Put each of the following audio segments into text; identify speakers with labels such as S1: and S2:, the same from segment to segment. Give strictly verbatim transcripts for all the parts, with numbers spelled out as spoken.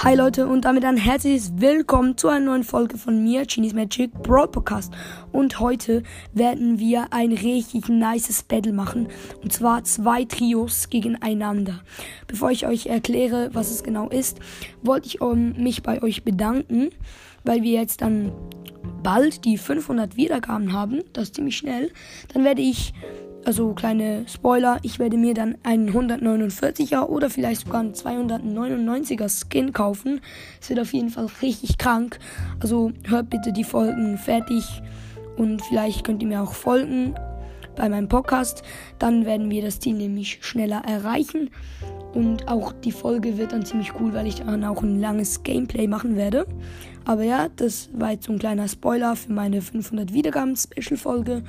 S1: Hi Leute und damit ein herzliches Willkommen zu einer neuen Folge von mir, Genies Magic Brawl Podcast. Und heute werden wir ein richtig nices Battle machen. Und zwar zwei Trios gegeneinander. Bevor ich euch erkläre, was es genau ist, wollte ich um, mich bei euch bedanken, weil wir jetzt dann bald die fünfhundert Wiedergaben haben. Das ist ziemlich schnell. Dann werde ich... Also kleine Spoiler, ich werde mir dann einen hundertneunundvierziger oder vielleicht sogar einen zweihundertneunundneunziger Skin kaufen. Es wird auf jeden Fall richtig krank. Also hört bitte die Folgen fertig und vielleicht könnt ihr mir auch folgen bei meinem Podcast. Dann werden wir das Ziel nämlich schneller erreichen. Und auch die Folge wird dann ziemlich cool, weil ich dann auch ein langes Gameplay machen werde. Aber ja, das war jetzt so ein kleiner Spoiler für meine fünfhundert Wiedergaben-Special-Folge.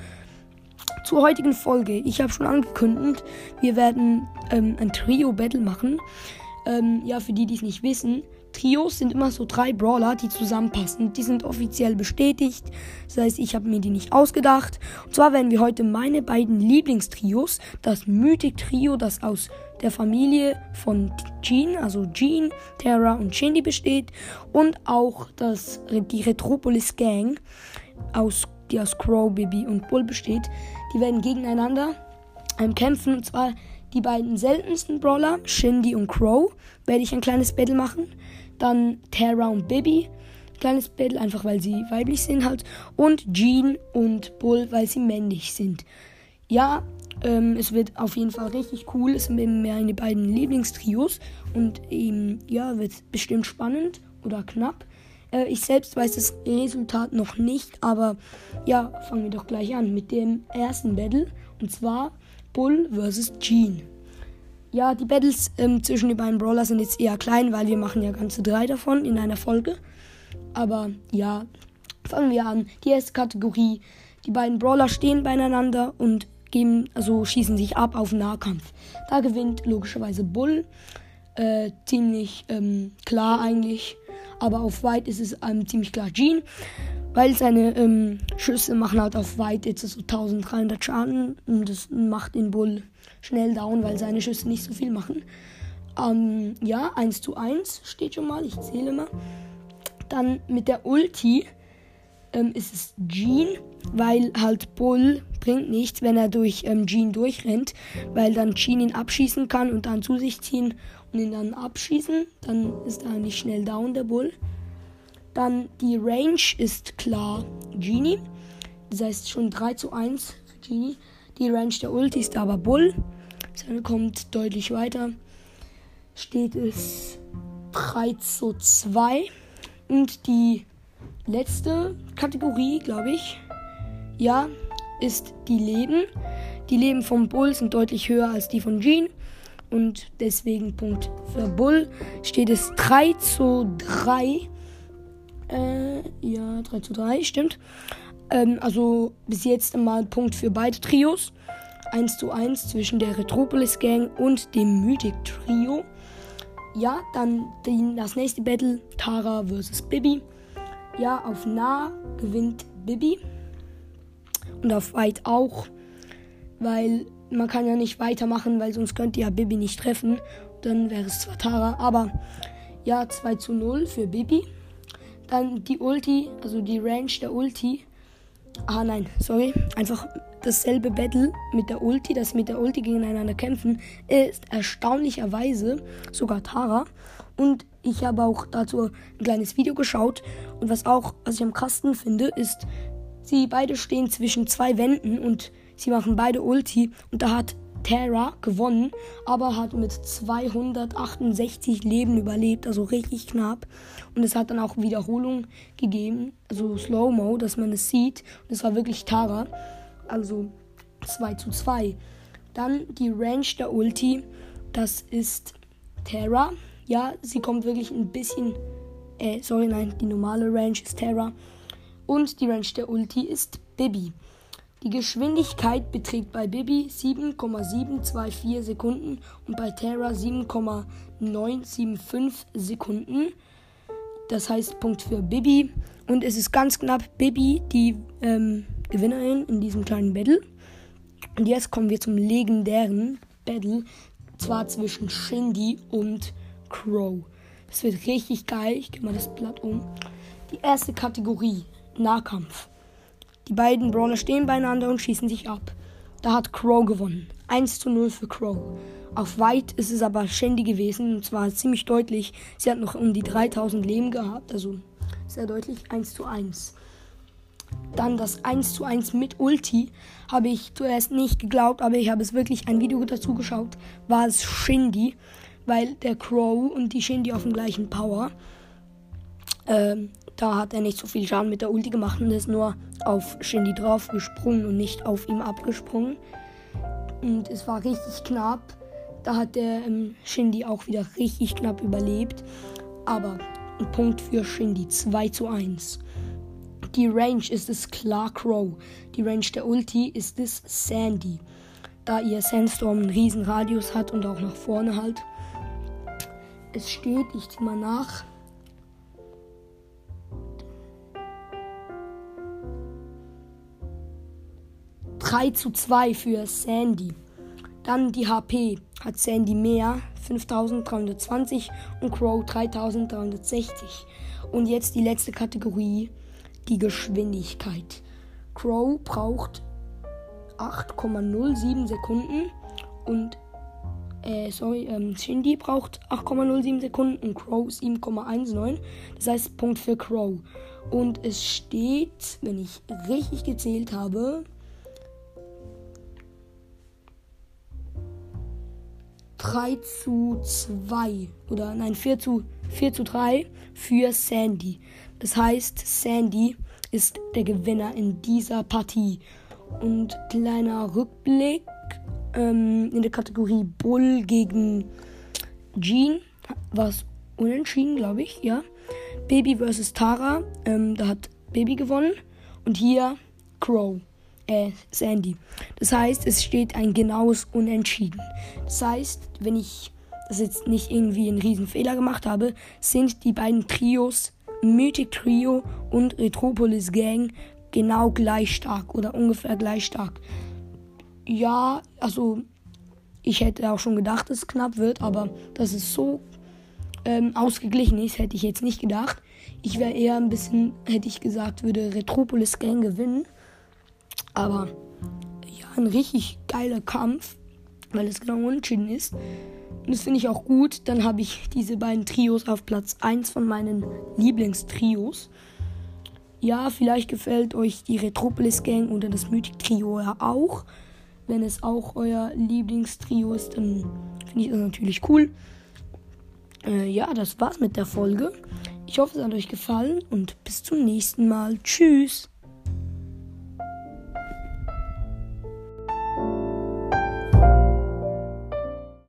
S1: Zur heutigen Folge. Ich habe schon angekündigt, wir werden ähm, ein Trio-Battle machen. Ähm, ja, für die, die es nicht wissen, Trios sind immer so drei Brawler, die zusammenpassen. Die sind offiziell bestätigt. Das heißt, ich habe mir die nicht ausgedacht. Und zwar werden wir heute meine beiden Lieblingstrios, das Mythic-Trio, das aus der Familie von Jean, also Jean, Terra und Shindy besteht, und auch das, die Retropolis Gang aus die aus Crow, Bibi und Bull besteht, die werden gegeneinander ähm, kämpfen. Und zwar die beiden seltensten Brawler, Shindy und Crow, werde ich ein kleines Battle machen. Dann Terra und Bibi, kleines Battle, einfach weil sie weiblich sind halt. Und Jean und Bull, weil sie männlich sind. Ja, ähm, es wird auf jeden Fall richtig cool. Es sind eben meine beiden Lieblingstrios. Und ähm, ja, wird bestimmt spannend oder knapp. Ich selbst weiß das Resultat noch nicht, aber ja, fangen wir doch gleich an mit dem ersten Battle, und zwar Bull versus Jean. Ja, die Battles ähm, zwischen den beiden Brawler sind jetzt eher klein, weil wir machen ja ganze drei davon in einer Folge. Aber ja, fangen wir an. Die erste Kategorie, die beiden Brawler stehen beieinander und geben, also schießen sich ab auf Nahkampf. Da gewinnt logischerweise Bull, äh, ziemlich ähm, klar eigentlich. Aber auf Weit ist es ähm, ziemlich klar Jean, weil seine ähm, Schüsse machen halt auf Weit jetzt so dreizehnhundert Schaden und das macht den Bull schnell down, weil seine Schüsse nicht so viel machen. Ähm, ja, eins zu eins steht schon mal, ich zähle mal. Dann mit der Ulti ähm, ist es Jean, weil halt Bull bringt nichts, wenn er durch ähm, Jean durchrennt, weil dann Jean ihn abschießen kann und dann zu sich ziehen und ihn dann abschießen, dann ist er nicht schnell down, der Bull. Dann die Range ist klar Genie, das heißt schon drei zu eins für Genie. Die Range der Ulti ist aber Bull, seine kommt deutlich weiter, steht es drei zu zwei. Und die letzte Kategorie, glaube ich, ja, ist die Leben. Die Leben vom Bull sind deutlich höher als die von Jean. Und deswegen Punkt für Bull. Steht es drei zu drei. Äh, ja, drei zu drei, stimmt. Ähm, also bis jetzt mal Punkt für beide Trios. eins zu eins zwischen der Retropolis Gang und dem Mythic Trio. Ja, dann die, das nächste Battle, Tara versus Bibi. Ja, auf nah gewinnt Bibi. Und auf Weit auch, weil man kann ja nicht weitermachen, weil sonst könnte ja Bibi nicht treffen. Dann wäre es zwar Tara, aber ja, zwei zu null für Bibi. Dann die Ulti, also die Range der Ulti. Ah nein, sorry, einfach dasselbe Battle mit der Ulti, das mit der Ulti gegeneinander kämpfen, ist erstaunlicherweise sogar Tara. Und ich habe auch dazu ein kleines Video geschaut. Und was auch, was ich am krassesten finde, ist, sie beide stehen zwischen zwei Wänden und sie machen beide Ulti. Und da hat Terra gewonnen, aber hat mit zweihundertachtundsechzig Leben überlebt, also richtig knapp. Und es hat dann auch Wiederholung gegeben, also Slow-Mo, dass man es sieht. Und es war wirklich Tara, also zwei zu zwei. Dann die Range der Ulti, das ist Terra. Ja, sie kommt wirklich ein bisschen, äh, sorry, nein, die normale Range ist Terra. Und die Range der Ulti ist Bibi. Die Geschwindigkeit beträgt bei Bibi sieben Komma sieben zwei vier Sekunden und bei Terra sieben Komma neun sieben fünf Sekunden. Das heißt Punkt für Bibi. Und es ist ganz knapp Bibi, die ähm, Gewinnerin in diesem kleinen Battle. Und jetzt kommen wir zum legendären Battle, zwar zwischen Shindy und Crow. Das wird richtig geil. Ich gehe mal das Blatt um. Die erste Kategorie, Nahkampf. Die beiden Brawler stehen beieinander und schießen sich ab. Da hat Crow gewonnen. eins zu null für Crow. Auf Weit ist es aber Shandy gewesen. Und zwar ziemlich deutlich. Sie hat noch um die dreitausend Leben gehabt. Also sehr deutlich eins zu eins. Dann das eins zu eins mit Ulti. Habe ich zuerst nicht geglaubt, aber ich habe es wirklich ein Video dazu geschaut. War es Shandy. Weil der Crow und die Shandy auf dem gleichen Power. Ähm, da hat er nicht so viel Schaden mit der Ulti gemacht und ist nur auf Shandy drauf gesprungen und nicht auf ihm abgesprungen. Und es war richtig knapp. Da hat der ähm, Shandy auch wieder richtig knapp überlebt. Aber ein Punkt für Shandy, zwei zu eins. Die Range ist es klar Crow. Die Range der Ulti ist es Sandy. Da ihr Sandstorm einen riesen Radius hat und auch nach vorne halt. Es steht, ich zieh mal nach. drei zu zwei für Sandy. Dann die H P hat Sandy mehr, fünftausenddreihundertzwanzig und Crow dreitausenddreihundertsechzig. Und jetzt die letzte Kategorie, die Geschwindigkeit. Crow braucht acht Komma null sieben Sekunden und äh, sorry, ähm, Shandy braucht acht Komma null sieben Sekunden und Crow sieben Komma neunzehn. Das heißt Punkt für Crow. Und es steht, wenn ich richtig gezählt habe, drei zu zwei oder nein, vier zu drei für Sandy. Das heißt, Sandy ist der Gewinner in dieser Partie. Und kleiner Rückblick ähm, in der Kategorie Bull gegen Jean war es unentschieden, glaube ich, ja. Baby versus Tara, ähm, da hat Baby gewonnen und hier Crow. Äh, Sandy. Das heißt, es steht ein genaues Unentschieden. Das heißt, wenn ich das jetzt nicht irgendwie einen riesen Fehler gemacht habe, sind die beiden Trios, Mythic Trio und Retropolis Gang, genau gleich stark oder ungefähr gleich stark. Ja, also ich hätte auch schon gedacht, dass es knapp wird, aber dass es so ähm, ausgeglichen ist, hätte ich jetzt nicht gedacht. Ich wäre eher ein bisschen, hätte ich gesagt, würde Retropolis Gang gewinnen. Aber ja, ein richtig geiler Kampf, weil es genau unentschieden ist. Und das finde ich auch gut. Dann habe ich diese beiden Trios auf Platz eins von meinen Lieblingstrios. Ja, vielleicht gefällt euch die Retropolis Gang oder das Mythic Trio ja auch. Wenn es auch euer Lieblingstrio ist, dann finde ich das natürlich cool. Äh, ja, das war's mit der Folge. Ich hoffe, es hat euch gefallen und bis zum nächsten Mal. Tschüss!